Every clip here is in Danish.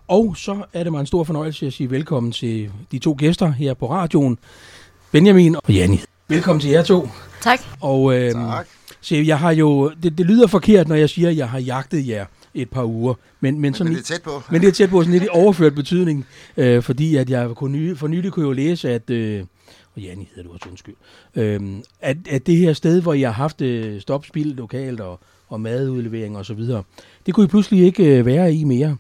Og så er det mig en stor fornøjelse at sige velkommen til de to gæster her på radioen, Benjamin og Janni. Velkommen til jer to. Tak. Og Tak. så jeg har jo, det lyder forkert, når jeg siger, at jeg har jagtet jer et par uger. Men sådan det er tæt på. Men det er tæt på sådan lidt i overført betydning, fordi at jeg for nylig kunne jo læse, at og Janni hedder du også, undskyld, at det her sted, hvor jeg har haft stopspil lokalt og madudlevering og så videre, det kunne I pludselig ikke være i mere.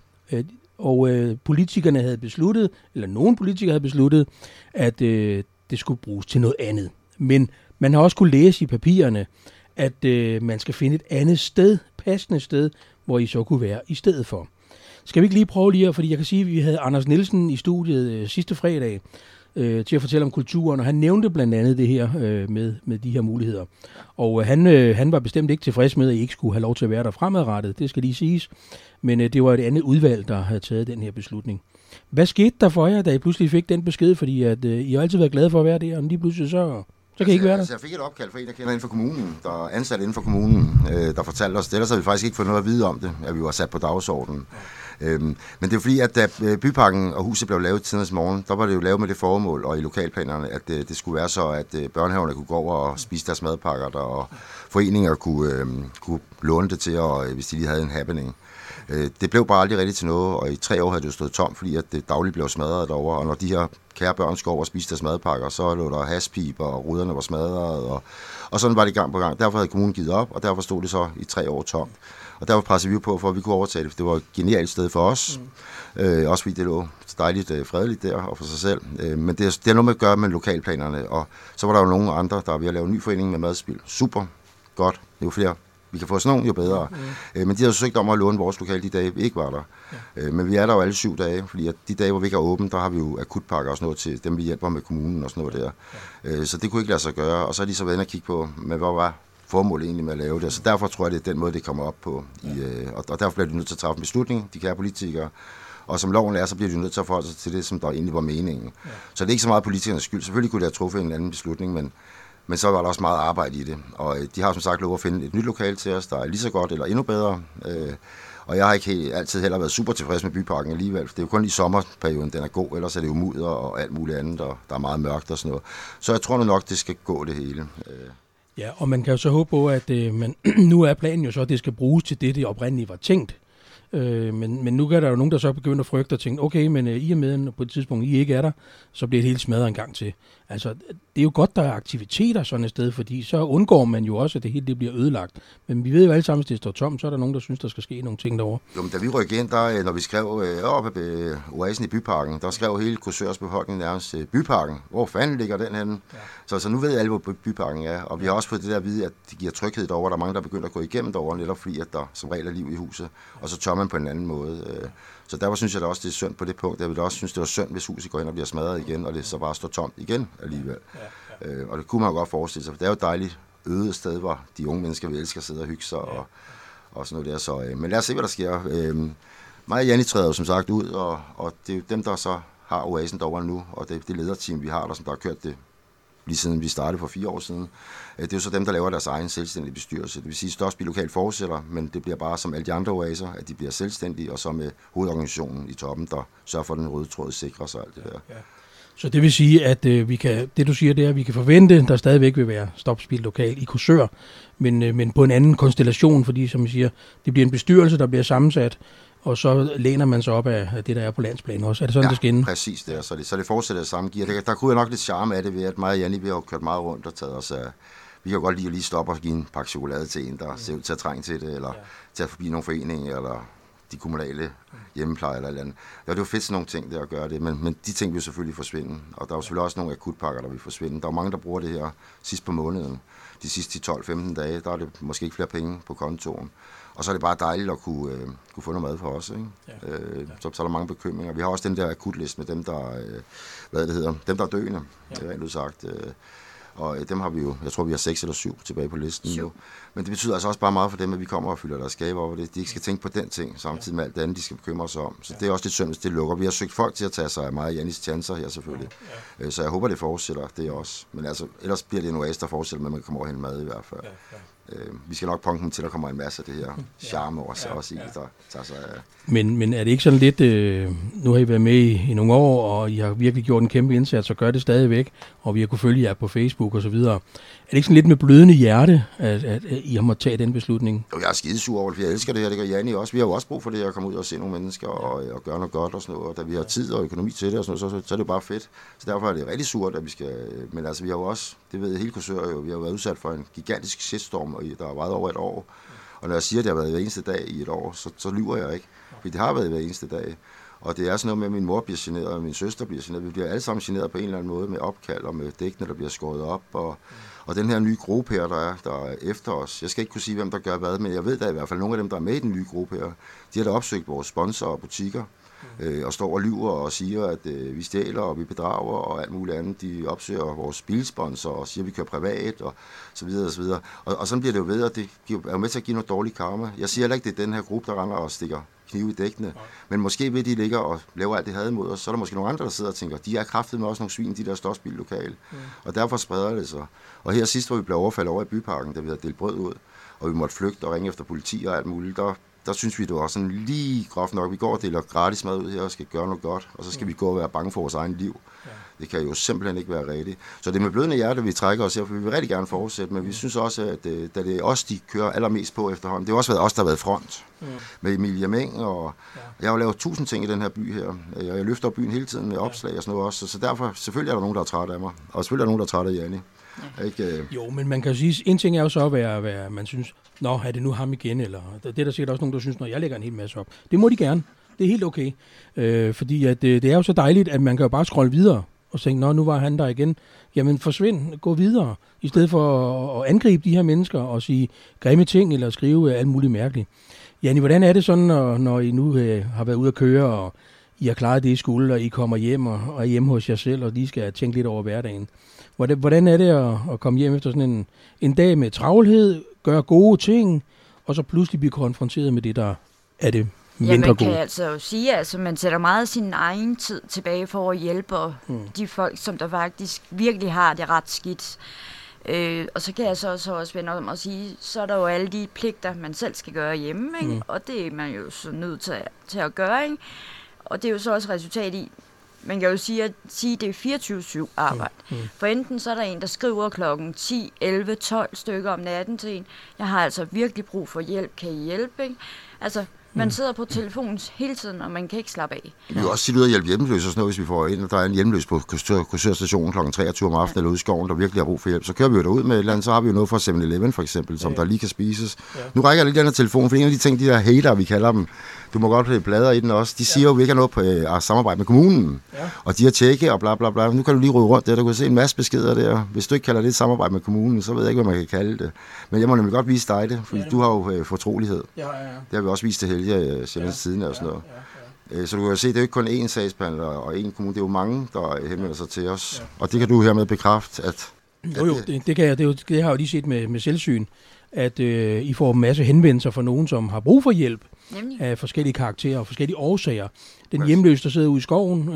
Og politikerne havde besluttet, eller nogle politikere havde besluttet, at det skulle bruges til noget andet. Men man har også kunne læse i papirerne, at man skal finde et andet sted, passende sted, hvor I så kunne være i stedet for. Skal vi ikke lige prøve lige, fordi jeg kan sige, at vi havde Anders Nielsen i studiet sidste fredag til at fortælle om kulturen, og han nævnte blandt andet det her med de her muligheder. Og han var bestemt ikke tilfreds med, at I ikke skulle have lov til at være der fremadrettet, det skal lige siges. Men det var et andet udvalg, der havde taget den her beslutning. Hvad skete der for jer, da I pludselig fik den besked? Fordi at, I har altid været glade for at være der, og lige pludselig så kan I ikke være der. Altså, jeg fik et opkald fra en, der kender inden for kommunen, der er ansat inden for kommunen, der fortalte os det. Ellers havde vi faktisk ikke fået noget at vide om det, at vi var sat på dagsordenen. Men det er fordi, at da byparken og huset blev lavet tidens morgen, der var det jo lavet med det formål, og i lokalplanerne, at det skulle være så, at børnehaverne kunne gå over og spise deres madpakker der, og foreninger kunne låne det til, og, hvis de lige havde en happening. Det blev bare aldrig rigtigt til noget, og i 3 år havde det jo stået tomt, fordi at det dagligt blev smadret derovre, og når de her kære børn skulle over og spise deres madpakker, så lå der haspiber, og ruderne var smadret, og sådan var det gang på gang. Derfor havde kommunen givet op, og derfor stod det så i 3 år tomt. Og derfor pressede vi på, for at vi kunne overtage det, for det var et genialt sted for os. Også fordi det lå dejligt fredeligt der og for sig selv. Men det er noget med at gøre med lokalplanerne, og så var der jo nogle andre, der var ved at lave en ny forening med madspil. Super, godt, jo flere vi kan få sådan nogle, jo bedre. Men de har jo søgt om at låne vores lokale de dage, vi ikke var der. Men vi er der jo alle 7 dage, fordi at de dage, hvor vi ikke er åbent, der har vi jo akutpakker og sådan noget til dem, vi hjælper med kommunen og sådan noget der. Så det kunne ikke lade sig gøre, og så er de så været inde og kigge på, hvad var formålet egentlig med at lave det. Så derfor tror jeg, det er den måde, det kommer op på. Og derfor bliver de nødt til at træffe en beslutning, de kære politikere. Og som loven er, så bliver de nødt til at forholde sig til det, som der egentlig var meningen. Så det er ikke så meget politikernes skyld. Selvfølgelig kunne de have truffet en anden beslutning, men så var der også meget arbejde i det. Og de har som sagt lov at finde et nyt lokale til os, der er lige så godt eller endnu bedre. Og jeg har ikke altid heller været super tilfreds med byparken alligevel. Det er jo kun i sommerperioden, den er god, ellers er det jo mudder og alt muligt andet, og der er meget mørkt og sådan noget. Så jeg tror nok, det skal gå det hele. Ja, og man kan jo så håbe på, at nu er planen jo så, at det skal bruges til det oprindeligt var tænkt. Men nu er der jo nogen, der så begynder at frygte og tænke, okay, men i og med, på et tidspunkt I ikke er der, så bliver det helt smadret en gang til. Altså, det er jo godt, der er aktiviteter sådan et sted, fordi så undgår man jo også, at det hele det bliver ødelagt. Men vi ved jo alle sammen, hvis det står tomt, så er der nogen, der synes, der skal ske nogle ting derovre. Jo, men da vi rykkede ind, der, når vi skrev oppe ved Oasen i byparken, der skrev hele Korsørs befolkning nærmest byparken. Hvor fanden ligger den henne? Ja. Så nu ved alle, hvor byparken er. Og vi har også fået det der at vide, at det giver tryghed derovre. Der er mange, der begynder at gå igennem derovre, netop fordi, at der som regel er liv i huset. Og så tør man på en anden måde. Så derfor synes jeg da også, det er synd på det punkt. Jeg vil også synes, det var synd, hvis huset går ind og bliver smadret igen, og det så bare står tomt igen alligevel. Ja. Og det kunne man jo godt forestille sig, for det er jo et dejligt øde sted, hvor de unge mennesker vil elske at sidde og hygge sig og sådan noget der. Så, men lad os se, hvad der sker. Mig og Janni træder jo som sagt ud, og det er jo dem, der så har Oasen derovre nu, og det lederteam, vi har der, som der har kørt det lige siden vi startede for 4 år siden. Det er jo så dem, der laver deres egen selvstændige bestyrelse. Det vil sige, at Størstby lokalt fortsætter, men det bliver bare som alle de andre oaser, at de bliver selvstændige, og så med hovedorganisationen i toppen, der sørger for, at den røde tråd sikrer sig alt det der. Ja. Så det vil sige, at det du siger, det er, at vi kan forvente, der stadigvæk vil være stopspil lokal i Korsør, men på en anden konstellation, fordi som I siger, det bliver en bestyrelse, der bliver sammensat, og så læner man sig op af det, der er på landsplan også. Er det sådan, det skal ende? Ja, præcis det. Så det fortsætter det samme gear. Der kunne jeg nok lidt charme af det ved, at mig og Janni, vi har kørt meget rundt og taget os af. Vi kan godt lide at lige stoppe og give en pakke chokolade til en, der ser ud til at trænge til det, eller til at forbi nogle foreninger, eller de kommunale hjemmeplejer eller andet. Ja, det er jo fedt sådan nogle ting, der at gøre det, men de ting vil selvfølgelig forsvinde. Og der er jo selvfølgelig også nogle akutpakker, der vil forsvinde. Der er mange, der bruger det her sidst på måneden. De sidste 12-15 dage, der er det måske ikke flere penge på kontoen. Og så er det bare dejligt at kunne få noget mad for os. Ikke? Ja. Så er der mange bekymringer. Vi har også den der akutliste med dem, der, dem, der er døende, rent udsagt. Og dem har vi jo, jeg tror vi har 6 eller 7 tilbage på listen nu. Men det betyder altså også bare meget for dem, at vi kommer og fylder deres skabe op, og de ikke skal tænke på den ting, samtidig med alt det andet, de skal bekymre sig om. Så det er også lidt synd, hvis det lukker. Vi har søgt folk til at tage sig af mig og Jannis chancer her selvfølgelig. Så jeg håber, det fortsætter, det også. Men altså, ellers bliver det en oase, der fortsætter med, at man kommer over hen mad i hvert fald. Vi skal nok punke dem til, der kommer en masse af det her charme også i, der tager sig af. Men er det ikke sådan lidt, nu har I været med i nogle år, og I har virkelig gjort en kæmpe indsats, og gør det stadigvæk, og vi har kunnet følge jer på Facebook og så videre. Er det ikke sådan lidt med blødende hjerte, at I har måttet tage den beslutning? Jo, jeg er skidesur over det, for jeg elsker det her, det gør Janni også. Vi har jo også brug for det at komme ud og se nogle mennesker og gøre noget godt og sådan noget, og da vi har tid og økonomi til det og sådan noget, så er det jo bare fedt. Så derfor er det rigtig surt, at vi skal, men altså vi har jo også, det ved hele Korsør jo, vi har jo været udsat for en gigantisk shitstorm, og der har været over et år. Og når jeg siger, at det har været hver eneste dag i et år, så lyver jeg ikke. For det har været hver eneste dag. Og det er sådan noget med, at min mor bliver generet, og min søster bliver generet. Vi bliver alle sammen generet på en eller anden måde med opkald og med dækkene, der bliver skåret op. Og den her nye gruppe her, der er efter os. Jeg skal ikke kunne sige, hvem der gør hvad, men jeg ved da i hvert fald, nogle af dem, der er med i den nye gruppe her, de har da opsøgt vores sponsorer og butikker, og står og lyver og siger, at vi stjæler og vi bedrager og alt muligt andet. De opsøger vores bilsponsor og siger, at vi kører privat og så videre og så videre. Og sådan bliver det jo ved, og det er jo med til at give noget dårlig karma. Jeg siger heller ikke, det er den her gruppe, der render og stikker knive i dækkene. Men måske ved de ligger og laver alt det had imod os, så er der måske nogle andre, der sidder og tænker, de er kraftet med også nogle svin, de der stofspildlokale. Og derfor spreder det sig. Og her sidst, hvor vi blev overfaldet over i Byparken, da vi havde delt brød ud, og vi måtte flygte og ringe efter politi og alt muligt, der synes vi, det var sådan lige groft nok. Vi går og deler gratis mad ud her og skal gøre noget godt, og så skal vi gå og være bange for vores egen liv. Det kan jo simpelthen ikke være rigtigt. Så det er med blødende hjerte, vi trækker os her, for vi vil rigtig gerne fortsætte, men vi synes også, at da det er os, de kører allermest på efterhånden. Det har også været os, der har været front med Emilie Meng, og jeg har jo lavet 1000 ting i den her by her. Jeg løfter byen hele tiden med opslag og sådan noget også, så derfor selvfølgelig er der nogen, der er træt af mig, og selvfølgelig er der nogen, der er træt af Janni. Jo, men man kan sige, en ting er jo så at være man synes, nå, er det nu ham igen, eller det er der sikkert også nogen, der synes, når jeg lægger en hel masse op. Det må de gerne. Det er helt okay. Fordi at, det er jo så dejligt, at man kan jo bare scrolle videre og tænke, nå, nu var han der igen. Jamen forsvind, gå videre, i stedet for at angribe de her mennesker og sige grimme ting, eller skrive alt muligt mærkeligt. Janni, hvordan er det sådan, når I nu har været ude at køre, og I har klaret det i skole, og I kommer hjem og er hjemme hos jer selv, og lige skal tænke lidt over hverdagen? Hvordan er det at komme hjem efter sådan en dag med travlhed, gøre gode ting, og så pludselig blive konfronteret med det, der er det mindre gode? Ja, man kan altså jo sige, at man sætter meget af sin egen tid tilbage for at hjælpe de folk, som der faktisk virkelig har det ret skidt. Og så kan jeg så også vende om og sige, så er der jo alle de pligter, man selv skal gøre hjemme, ikke? Og det er man jo så nødt til at gøre, ikke? Og det er jo så også resultat i, man kan jo sige, at det er 24/7 arbejde. For enten så er der en, der skriver klokken 10, 11, 12 stykker om natten til en. Jeg har altså virkelig brug for hjælp. Kan I hjælpe, ikke? Altså, man sidder på telefonen hele tiden, og man kan ikke slappe af. Vi vil også sige ud at hjælpe hjemløse og sådan noget, hvis vi får ind, der er en hjemløs på Korsør Station kl. 23 om aftenen eller ude i skoven, der virkelig har brug for hjælp. Så kører vi jo derud med et eller andet, så har vi jo noget fra 7-Eleven for eksempel, som der lige kan spises. Nu rækker jeg lidt den her telefon, for en af de ting, de der hater, vi kalder dem, du må godt bladre i den også, de siger jo, at vi ikke har noget på at samarbejde med kommunen. Og de har tjekket og bla bla bla. Nu kan du lige rydde rundt der, du kan se en masse beskeder der. Hvis du ikke kalder det et samarbejde med kommunen, så ved jeg ikke, hvad man kan kalde det. Men jeg må nemlig godt vise dig det, fordi du har jo fortrolighed. Det har vi også vist til Helge Sjællands Tidende og sådan noget. Så du kan jo se, det er jo ikke kun én sagsbehandler og én kommune, det er jo mange, der henvender sig til os. Og det kan du hermed bekræfte, at... Det kan jeg. Det har jeg jo lige set med selvsyn, at I får en masse henvendelser fra nogen, som har brug for hjælp af forskellige karakterer og forskellige årsager. Den hjemløse, der sidder ude i skoven,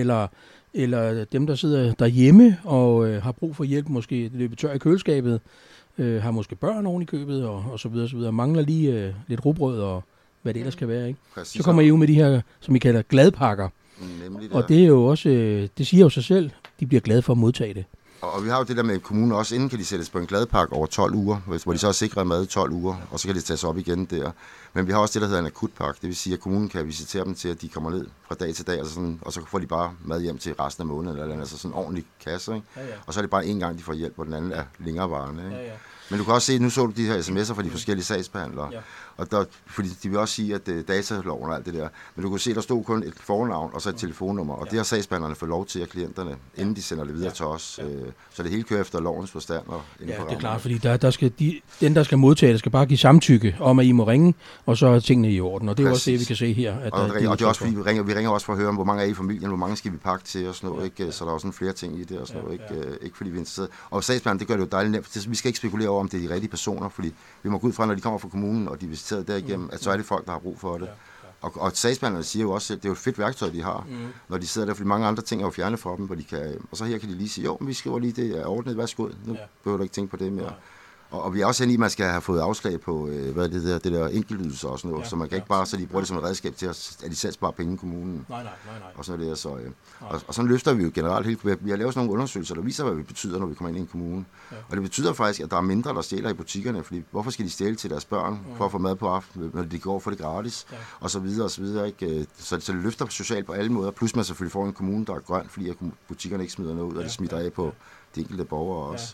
eller dem, der sidder derhjemme og har brug for hjælp, måske løbet tør i køleskabet, har måske børn oven i købet og så videre, så videre. Mangler lige lidt rugbrød og hvad det ellers kan være, ikke? Så kommer I jo med de her, som I kalder gladpakker. Og det er jo også, det siger jo sig selv, de bliver glade for at modtage det. Og vi har jo det der med kommunen også, inden kan de sættes på en gladpakke over 12 uger, hvor de så er sikret mad i 12 uger, og så kan de tages op igen der. Men vi har også det, der hedder en akutpakke, det vil sige, at kommunen kan visitere dem til, at de kommer ned fra dag til dag, og så får de bare mad hjem til resten af måneden, eller altså sådan en ordentlig kasse, ikke? Og så er det bare en gang, de får hjælp, og den anden er længerevarende, ikke? Men du kan også se, nu så du de her sms'er fra de forskellige sagsbehandlere, og der, fordi de vil også sige, at dataloven og alt det der, men du kan se, der stod kun et fornavn og så et telefonnummer, og det har sagsbehandlerne fået lov til af klienterne, inden de sender det videre til os. Så det hele kører efter lovens forstand. Og det er klart, fordi den, der skal modtage det, skal bare give samtykke om, at I må ringe, og så er tingene i orden, og det er også det, vi kan se her. At og det er også, fordi vi ringer også for at høre, hvor mange er i familien, hvor mange skal vi pakke til og sådan noget, ikke? Så der er også sådan flere ting i det og sådan noget, ikke fordi vi er interesseret. Og sagsbehandlerne, det gør det jo dejligt nemt, vi skal ikke spekulere over, om det er de rigtige personer, fordi vi må gå ud fra, når de kommer fra kommunen, og de er visiteret derigennem, at så er det folk, der har brug for det. Og sagsbehandlerne siger jo også, at det er jo et fedt værktøj, de har, når de sidder der, fordi mange andre ting er jo fjernet fra dem, hvor de kan, og så her kan de lige sige, jo, men vi skriver lige det er ordnet, værsgo, nu behøver du ikke tænke på det mere. Og vi er også enige i, at man skal have fået afslag på, det der enkeltydelser og sådan noget, så man kan ikke bare, så de bruger det som et redskab til, at de selv sparer penge i kommunen. Nej. Og sådan er det, så, og sådan løfter vi jo generelt helt. Vi har lavet sådan nogle undersøgelser, der viser, hvad det betyder, når vi kommer ind i en kommune. Ja. Og det betyder faktisk, at der er mindre, der stjæler i butikkerne, fordi hvorfor skal de stjæle til deres børn for at få mad på aftenen, når de går for det gratis, og så videre, ikke? Så det løfter socialt på alle måder, plus man selvfølgelig får en kommune, der er grøn, fordi at butikkerne ikke smider noget ud, og det smitter af på de enkelte borgere også.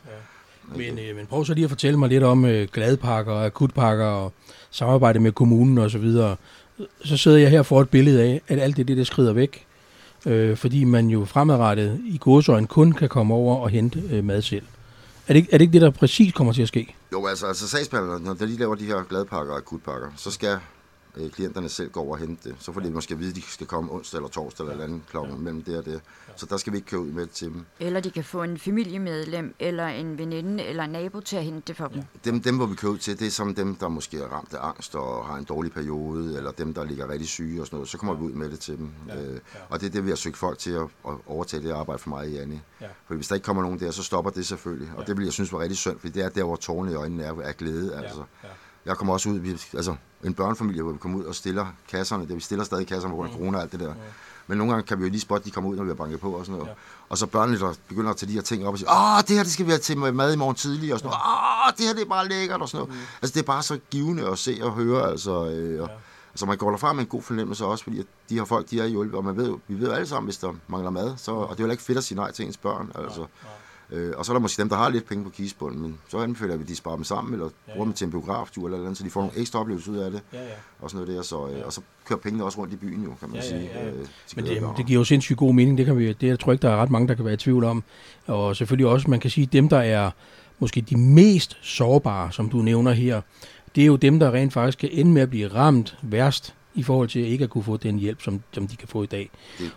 Men prøv så lige at fortælle mig lidt om gladpakker og akutpakker og samarbejde med kommunen og så videre. Så sidder jeg her for et billede af, at alt det skrider væk, fordi man jo fremadrettet i gåseøjne kun kan komme over og hente mad selv. Er det ikke det, der præcis kommer til at ske? Jo, altså sagsbehandlerne, når de laver de her gladpakker og akutpakker, så skal klienterne selv går over og hente det. Så får de måske at vide, at de skal komme onsdag eller torsdag eller anden klokken mellem det og det. Så der skal vi ikke køre ud med det til dem. Eller de kan få en familiemedlem eller en veninde eller en nabo til at hente det for dem. Dem hvor vi kører ud til, det er som dem, der måske er ramt af angst og har en dårlig periode, eller dem, der ligger rigtig syge og sådan noget. Så kommer vi ud med det til dem. Og det er det, vi har søgt folk til at overtage det arbejde for mig i Janni. For hvis der ikke kommer nogen der, så stopper det selvfølgelig. Og det vil jeg synes var rigtig synd, for det er der, hvor tårerne i øjnene er af glæde. Altså. Jeg kommer også ud, en børnefamilie, hvor vi kommer ud og stiller kasserne. Vi stiller stadig kasserne på grund af corona og alt det der. Men nogle gange kan vi jo lige spotte, de kommer ud, når vi har banket på og sådan noget. Og så børnene, der begynder at tage de her ting op og sige, det her, det skal vi have til mad i morgen tidlig og sådan noget. Det her, det er bare lækkert og sådan noget. Altså, det er bare så givende at se og høre, altså. Så man går derfra med en god fornemmelse også, fordi de her folk, de er hjulpet, og vi ved jo alle sammen, hvis der mangler mad, så, og det er jo ikke fedt at sige nej til ens børn, altså. Og så er der måske dem, der har lidt penge på kisebunden, men så anbefaler vi, at de sparer dem sammen, eller bruger dem til en biograftur eller andet, så de får nogle ekstra oplevelser ud af det, og sådan noget der, og så kører pengene også rundt i byen jo, kan man sige. Men det giver jo sindssygt god mening, det tror jeg ikke, der er ret mange, der kan være i tvivl om, og selvfølgelig også, man kan sige, dem, der er måske de mest sårbare, som du nævner her, det er jo dem, der rent faktisk kan ende med at blive ramt værst, i forhold til ikke at kunne få den hjælp, som de kan få i dag.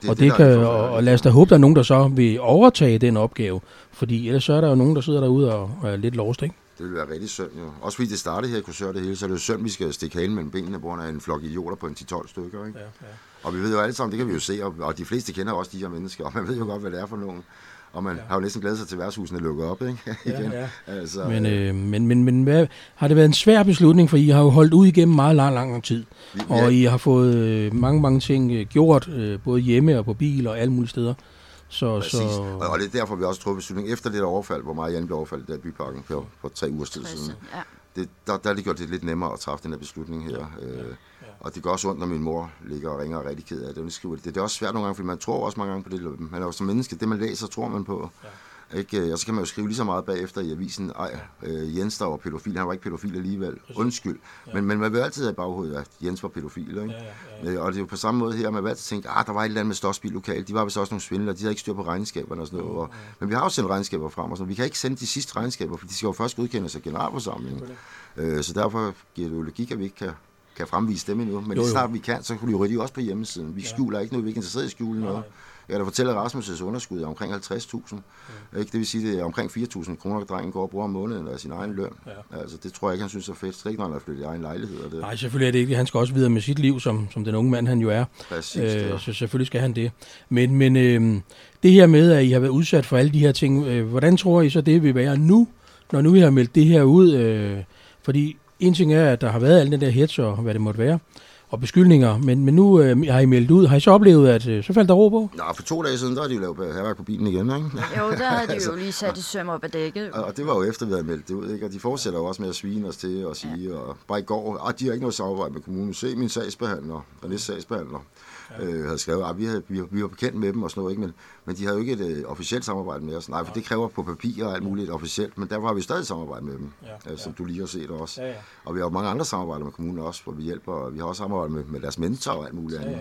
Og lad os da håbe, der er nogen, der så vil overtage den opgave, fordi ellers så er der jo nogen, der sidder derude og er lidt lost, ikke? Det vil være rigtig synd, jo. Også fordi det startede her i Korsør det hele, så er det jo synd, vi skal stikke halen mellem benene, hvor der er en flok idioter på en 10-12 stykker, ikke? Og vi ved jo alle sammen, det kan vi jo se, og de fleste kender også de her mennesker, og man ved jo godt, hvad det er for nogen. Og man har jo næsten glædet sig til værtshusene lukker op, ikke? Igen. Altså, men hvad, har det været en svær beslutning, for I har jo holdt ud igennem meget lang tid, og I har fået mange ting gjort, både hjemme og på bil og alle mulige steder. Og det er derfor, vi også truffet beslutning efter det der overfald, hvor mig og Jan blev overfaldet der i Byparken for 3 uger tid siden. Der er det gjort det lidt nemmere at træffe den her beslutning her. Og det gør også ondt, når min mor ligger og ringer og er rigtig ked af det. Det er også svært nogle gange, fordi man tror også mange gange på det. Man er jo som menneske, det man læser, tror man på. Ikke? Og så kan man jo skrive lige så meget bagefter i avisen, Jens der var pædofil, han var ikke pædofil alligevel, undskyld. Men man vil altid have i baghovedet, at Jens var pædofil, ikke? Og det er jo på samme måde her, man vil altid tænke, der var et eller andet med Ståsby lokalt, de var vist også nogle svindlere, de havde ikke styr på regnskaberne og sådan noget. Men vi har jo sendt regnskaber frem, og sådan. Vi kan ikke sende de sidste regnskaber, for de skal jo først godkendes af generalforsamlingen. Så derfor giver det jo logik, at vi ikke kan fremvise dem endnu. Men lige snart vi kan, så kunne de jo rigtig også på hjemmesiden. Vi skjuler ikke noget, vi er ikke interesseret i at skjule noget. Jeg kan da fortælle, at Rasmus' underskud er omkring 50.000. Det vil sige, at det er omkring 4.000 kroner, drengen går og bruger om måneden af sin egen løn. Altså, det tror jeg ikke, han synes er fedt. Slet ikke, når han har flyttet i egen lejlighed. Og det. Nej, selvfølgelig er det ikke. Han skal også videre med sit liv, som den unge mand, han jo er. Præcis, så selvfølgelig skal han det. Men det her med, at I har været udsat for alle de her ting, hvordan tror I så, det vil være nu, når nu I har meldt det her ud? Fordi en ting er, at der har været alle den der hets og hvad det måtte være, og beskyldninger, men nu har I meldt ud. Har I så oplevet, at så faldt der ro på? Nej, for 2 dage siden, der har de jo lavet hærværk på bilen igen, ikke? Jo, der havde de jo lige sat et søm op ad dækket. Og det var jo efter, vi havde meldt det ud, ikke? Og de fortsætter jo også med at svine os til og sige, og bare i går, de har ikke noget samarbejde med kommunen. Se min sagsbehandler, René sagsbehandler, havde skrevet, at vi var bekendt med dem og sådan noget, ikke? Men de havde jo ikke et officielt samarbejde med os. Nej, for det kræver på papir og alt muligt officielt, men derfor har vi stadig samarbejde med dem, som du lige har set også. Og vi har jo mange andre samarbejder med kommunen også, hvor vi hjælper, vi har også samarbejdet med deres mentor og alt muligt andet.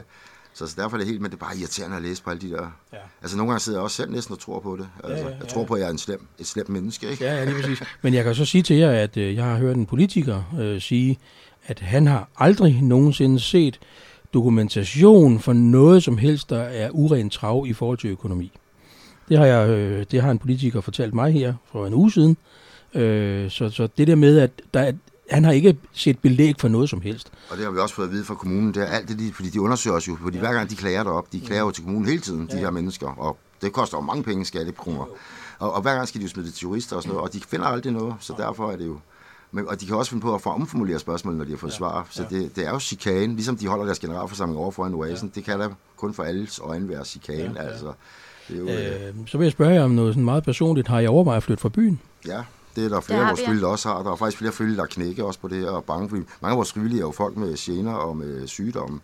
Så derfor er det helt, men det er bare irriterende at læse på alle de der. Altså nogle gange sidder jeg også selv næsten og tror på det. Altså, jeg tror på, at jeg er et slemt menneske, ikke? Ja, lige præcis. Men jeg kan så sige til jer, at jeg har hørt en politiker sige, at han har aldrig nogensinde set dokumentation for noget som helst, der er urent trav i forhold til økonomi. Det har en politiker fortalt mig her for en uge siden. Så det der med, at han har ikke set belæg for noget som helst. Og det har vi også fået at vide fra kommunen. Det er alt det, fordi de undersøger os jo, fordi hver gang de klager derop, de klager jo til kommunen hele tiden, de her mennesker, og det koster jo mange penge, skattekroner. Og hver gang skal de jo smide det til jurister og sådan noget, og de finder aldrig noget, så derfor er det jo... Og de kan også finde på at omformulere spørgsmål, når de har fået svar. Så det er jo chikane, ligesom de holder deres generalforsamling over foran oasen. Det kan da kun for alles øjne være chikane, altså. Det er jo, så vil jeg spørge jer om noget sådan meget personligt. Har I overvejet at flytte fra byen? Ja, det er der flere af vores frivillige, der også har. Der er faktisk flere frivillige, der knækker også på det her og bange. Fordi mange af vores frivillige er jo folk med gener og med sygdomme.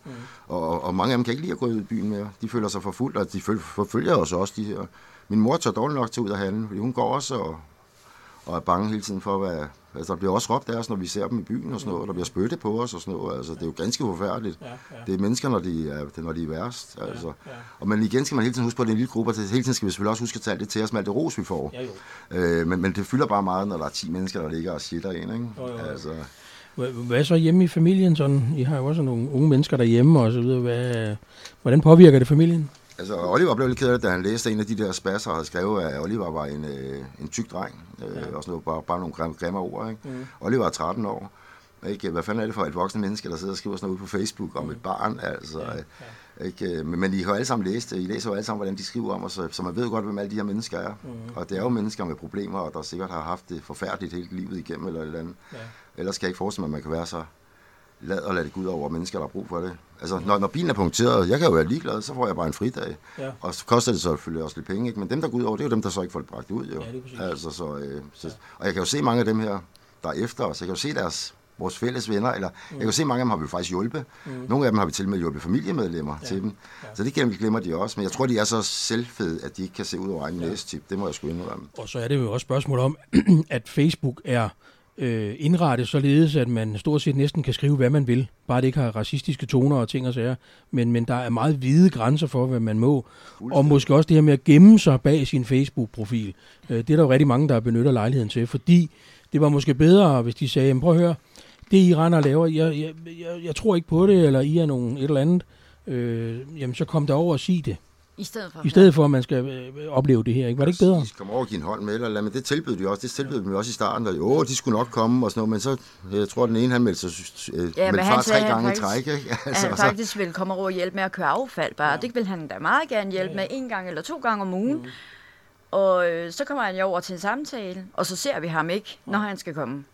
Og mange af dem kan ikke lide at gå ud i byen mere. De føler sig forfulgt, og de forfølger os også, de her. Min mor tør dårligt nok til ud af handle, fordi hun går også og er bange hele tiden for, hvad... Altså, der bliver også råbt af os, når vi ser dem i byen og sådan noget, og der bliver spyttet på os og sådan noget. Altså, det er jo ganske forfærdeligt. Det er mennesker, når de er værst. Altså. Og men igen skal man hele tiden huske på, at det er en lille gruppe, og hele tiden skal vi selvfølgelig også huske at tage det til os med alt det ros, vi får. Men det fylder bare meget, når der er 10 mennesker, der ligger og shitter ind, ikke? Altså. Hvad så hjemme i familien? Sådan? I har jo også nogle unge mennesker derhjemme og så videre. Hvordan påvirker det familien? Altså, Oliver blev lidt ked af det, da han læste en af de der spasser, og havde skrevet, at Oliver var en tyk dreng. Og sådan noget, bare nogle grimme ord, ikke? Oliver er 13 år. Ikke? Hvad fanden er det for et voksne menneske, der sidder og skriver sådan noget ude på Facebook om et barn? Altså, ikke? Men I har jo alle sammen læst det. I læser jo alle sammen, hvordan de skriver om os, så man ved jo godt, hvem alle de her mennesker er. Og det er jo mennesker med problemer, og der sikkert har haft det forfærdeligt hele livet igennem eller et eller andet. Ellers kan jeg ikke forestille mig, at man kan være så lad og lade det gå ud over mennesker, der har brug for det. Altså, når bilen er punkteret, jeg kan jo være ligeglad, så får jeg bare en fridag. Og så koster det så selvfølgelig også lidt penge, ikke? Men dem, der går ud over, det er jo dem, der så ikke får det bragt ud, jo. Altså, og jeg kan jo se mange af dem her, der er efter os. Jeg kan jo se vores fælles venner, eller jeg kan jo se mange af dem har vi faktisk hjulpet. Nogle af dem har vi til og med hjulpet familiemedlemmer til dem. Så det glemmer de også. Men jeg tror, de er så selvfede, at de ikke kan se ud over egen næsetip. Det må jeg sgu indrømme. Og så er det jo også spørgsmål om, at Facebook er indrettet således, at man stort set næsten kan skrive, hvad man vil. Bare det ikke har racistiske toner og ting og sager. Men der er meget hvide grænser for, hvad man må. Og måske også det her med at gemme sig bag sin Facebook-profil. Det er der jo rigtig mange, der benytter lejligheden til, fordi det var måske bedre, hvis de sagde, prøv at høre, det I render og laver, jeg tror ikke på det, eller I er nogen et eller andet, jamen så kom der over og sig det. I stedet for, at man skal opleve det her, ikke? Var det ikke bedre? Kom over og give en hånd med, eller men det tilbød de også. Det tilbød de også i starten, og de skulle nok komme og sådan noget, men så, jeg tror, den ene han meldte far 3 gange i træk, ikke? Altså, han faktisk ville komme over og hjælpe med at køre affald bare. Det vil han da meget gerne hjælpe med 1 gang eller 2 gange om ugen. Og så kommer han jo over til en samtale, og så ser vi ham ikke, når han skal komme.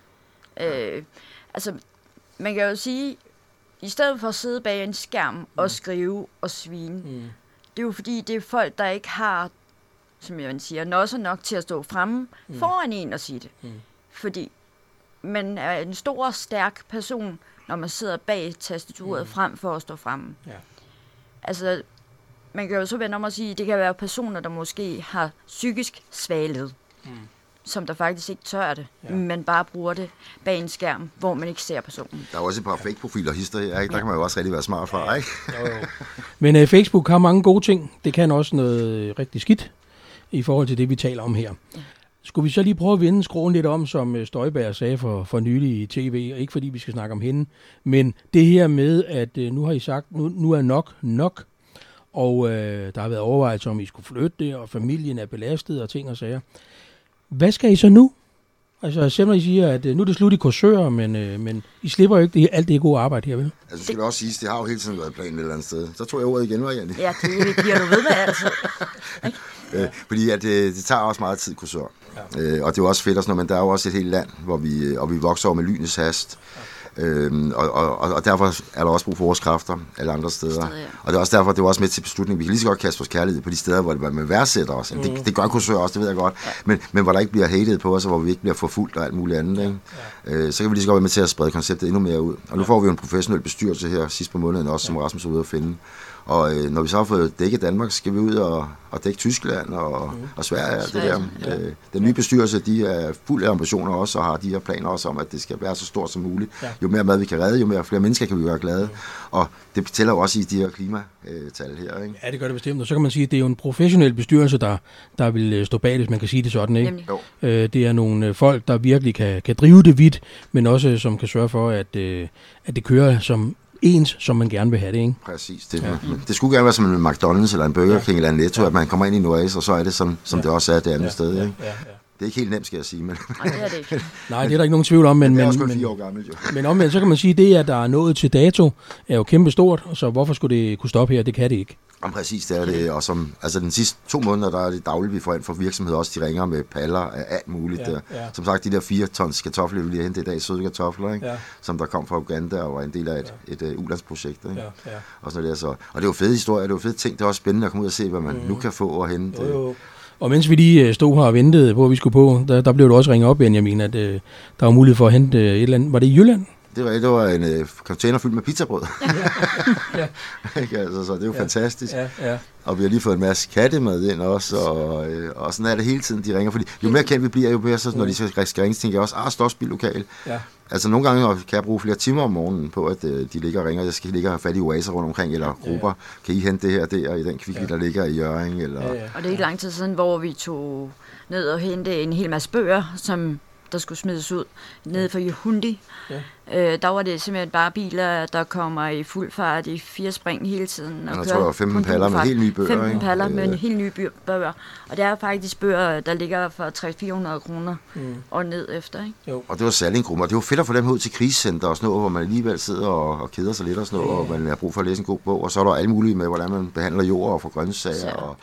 Altså, man kan jo sige, i stedet for at sidde bag en skærm og skrive og svine, det er jo fordi, det er folk, der ikke har, som jeg siger, nosser nok til at stå fremme foran en og sige det. Fordi man er en stor og stærk person, når man sidder bag tastaturet frem for at stå fremme. Altså, man kan jo så vende om at sige, at det kan være personer, der måske har psykisk svaghed, som der faktisk ikke tør det, men bare bruger det bag en skærm, hvor man ikke ser personen. Der er også et par fake-profiler hister, ikke? Der kan man jo også rigtig være smart fra, ikke? Men Facebook har mange gode ting. Det kan også noget rigtig skidt i forhold til det, vi taler om her. Skulle vi så lige prøve at vende skråen lidt om, som Støjberg sagde for nylig i tv, og ikke fordi vi skal snakke om hende, men det her med, at nu har I sagt, nu er nok, og der har været overvejelser om, I skulle flytte, og familien er belastet og ting og sager. Hvad skal I så nu? Altså, selvom I siger, at nu er det slut i Korsør, men I slipper jo ikke alt det gode arbejde her, vel? Altså, skal det også siges, det har jo hele tiden været planen et eller andet sted. Så tror jeg ordet igen, var Janne. Ja, det bliver du ved med altid. Fordi at det tager også meget tid, Korsør. Og det er jo også fedt og sådan noget, men der er jo også et helt land, hvor vi vokser over med lynets hast. Og derfor er der også brug for vores kræfter alle andre steder. Og det er også derfor, det var også med til beslutningen. Vi kan lige så godt kaste vores kærlighed på de steder, hvor man værdsætter os. Det gør Korsør også, det ved jeg godt. Men hvor der ikke bliver hated på os, og hvor vi ikke bliver forfulgt og alt muligt andet. Ikke? Så kan vi lige så godt være med til at sprede konceptet endnu mere ud. Og nu får vi jo en professionel bestyrelse her sidst på måneden også, som Rasmus er ude at finde. Og når vi så har fået dækket Danmark, så skal vi ud og dække Tyskland og Sverige. Det der. Den nye bestyrelse, de er fuld af ambitioner også, og har de her planer også om, at det skal være så stort som muligt. Jo mere mad vi kan redde, jo flere mennesker kan vi være glade. Og det tæller jo også i de her klimatal her. Ikke? Ja, det gør det bestemt. Og så kan man sige, at det er jo en professionel bestyrelse, der vil stå bag, hvis man kan sige det sådan. Ikke? Det er nogle folk, der virkelig kan drive det vidt, men også som kan sørge for, at det kører som man gerne vil have det, ikke? Præcis. Det skulle gerne være som en McDonald's eller en Burger King eller en Netto, at man kommer ind i en oase, og så er det som det også er det andet sted, ikke? Det er ikke helt nemt, skal jeg sige. Men nej, det er det ikke. Nej, det er der ikke nogen tvivl om. Men, det er også kun 4 år gammelt, jo. Men omvendt, så kan man sige, at det, at der er nået til dato, er jo kæmpestort, så hvorfor skulle det kunne stoppe her? Det kan det ikke. Jamen, præcis, det er det. Og som, altså den sidste 2 måneder, der er det dagligt, vi får ind for virksomheder også. De ringer med paller af alt muligt. Ja, ja. Som sagt, de der 4 tons kartofler, vi lige har hentet i dag, søde kartofler, ikke? Ja. Som der kom fra Uganda og var en del af et ulandsprojekt. Ikke? Ja, ja. Og sådan der, så. Og det er jo fede historier, det er jo fede ting. Det er også spændende at komme ud og se, hvad man nu kan få og hente. Jo. Og mens vi lige stod her og ventede på, at vi skulle på, der blev det også ringet op, Benjamin, at der var mulighed for at hente et eller andet. Var det i Jylland? Det var en container fyldt med pizzabrød. Ja. Altså, så det er jo fantastisk. Ja. Og vi har lige fået en masse kattemad ind også, og sådan er det hele tiden, de ringer. Fordi jo mere kendt vi bliver, jo mere så, når de skal ringe, tænker jeg også, stofspil lokal. Ja. Altså nogle gange kan jeg bruge flere timer om morgenen på, at de ligger og ringer. Jeg skal ligge og have fat i oaser rundt omkring, eller grupper. Kan I hente det her der, i den kvickly, der ligger i Hjørring? Eller... Og det er ikke lang tid siden, hvor vi tog ned og hente en hel masse bøger, som der skulle smides ud nede for Hyundai. Ja. Der var det simpelthen bare biler, der kommer i fuld fart i 4 spring hele tiden. Og jeg tror, der var 15 paller med helt nye bøger. 15 paller med helt nye bøger. Og det er faktisk bøger, der ligger for 300-400 kroner og ned efter. Ikke? Jo. Og det var salginggrupper. Det var fedt at få dem ud til krisecenter og sådan noget, hvor man alligevel sidder og keder sig lidt og sådan noget, og man har brug for at læse en god bog. Og så er der alle mulige med, hvordan man behandler jord og får grøntsager.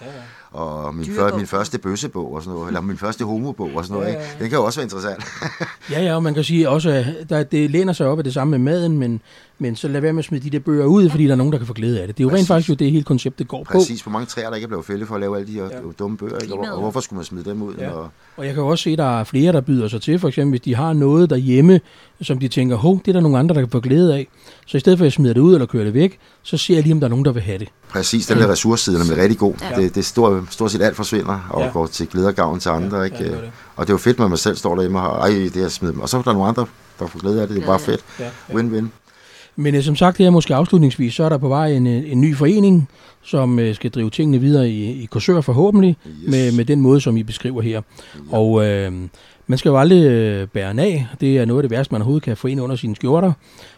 Og min første bøssebog og sådan noget, eller min første homobog og sådan noget. Ikke? Den kan jo også være interessant. Ja, og man kan sige også, at det læner sig op af det samme med maden, men så lad være med at smide de der bøger ud, fordi der er nogen, der kan få glæde af det. Det er jo rent faktisk jo det hele konceptet går på. Præcis, hvor mange træer, der ikke er blevet fældet for at lave alle de her dumme bøger. Ikke? Og hvorfor skulle man smide dem ud? Ja. Og jeg kan jo også se, at der er flere, der byder sig til. For eksempel, hvis de har noget derhjemme, som de tænker, det er der nogle andre, der kan få glæde af. Så i stedet for at smide det ud eller køre det væk, så ser jeg lige, om der er nogen, der vil have det. Præcis, den der ressourcesiden er rigtig god. Ja. Det stort set alt forsvinder og går til glæde og gavn til andre. Ikke? Ja, og det er jo fedt, når man selv står derhjemme og har, det er smidt dem. Og så er der nogle andre, der får glæde af det. Det er bare fedt. Win-win. Men som sagt, det er måske afslutningsvis, så er der på vej en ny forening, som skal drive tingene videre i Korsør forhåbentlig, med den måde, som I beskriver her. Ja. Og man skal jo aldrig bære en af. Det er noget af det værste, man overhovedet kan få ind under sine skjorter.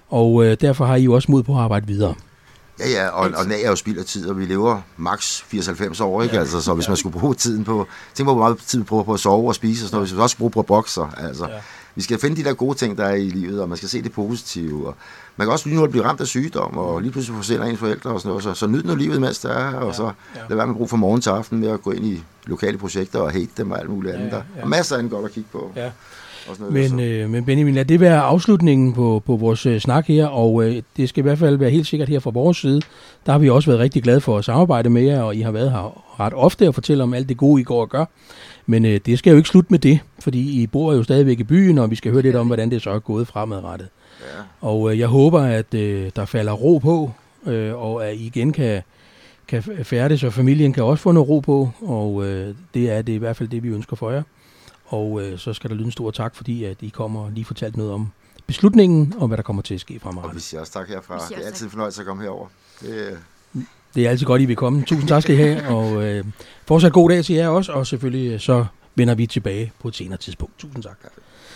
Og derfor har I jo også mod på at arbejde videre. Ja, og nag er jo spild af tid, og vi lever maks 80-90 år, ikke? Altså, så hvis man skulle bruge tiden på... Tænk på, hvor meget tid vi bruger på at sove og spise og sådan noget. Hvis vi også bruger på at bokse, altså... Ja. Vi skal finde de der gode ting, der er i livet, og man skal se det positive. Og man kan også lige nu blive ramt af sygdom, og lige pludselig få selv ens forældre og sådan noget. Så nyd nu livet, mens det er, og så lad være med at bruge fra morgen til aften med at gå ind i lokale projekter og hate dem og alt muligt andet. Der er masser af andet godt at kigge på. Ja. Men Benjamin, lad det være afslutningen på vores snak her, og det skal i hvert fald være helt sikkert her fra vores side. Der har vi også været rigtig glade for at samarbejde med jer, og I har været her ret ofte og fortælle om alt det gode, I går og gør. Men det skal jo ikke slutte med det, fordi I bor jo stadigvæk i byen, og vi skal høre lidt om, hvordan det så er gået fremadrettet. Ja. Og jeg håber, at der falder ro på, og at I igen kan færdes, og familien kan også få noget ro på, og det er det i hvert fald det, vi ønsker for jer. Og så skal der lyde en stor tak, fordi at I kommer og lige fortalt noget om beslutningen, og hvad der kommer til at ske fremadrettet. Og vi siger også tak herfra. Det er altid en fornøjelse at komme herover. Det er altid godt, I vil komme. Tusind tak skal I have, og fortsat god dag til jer også, og selvfølgelig så vender vi tilbage på et senere tidspunkt. Tusind tak.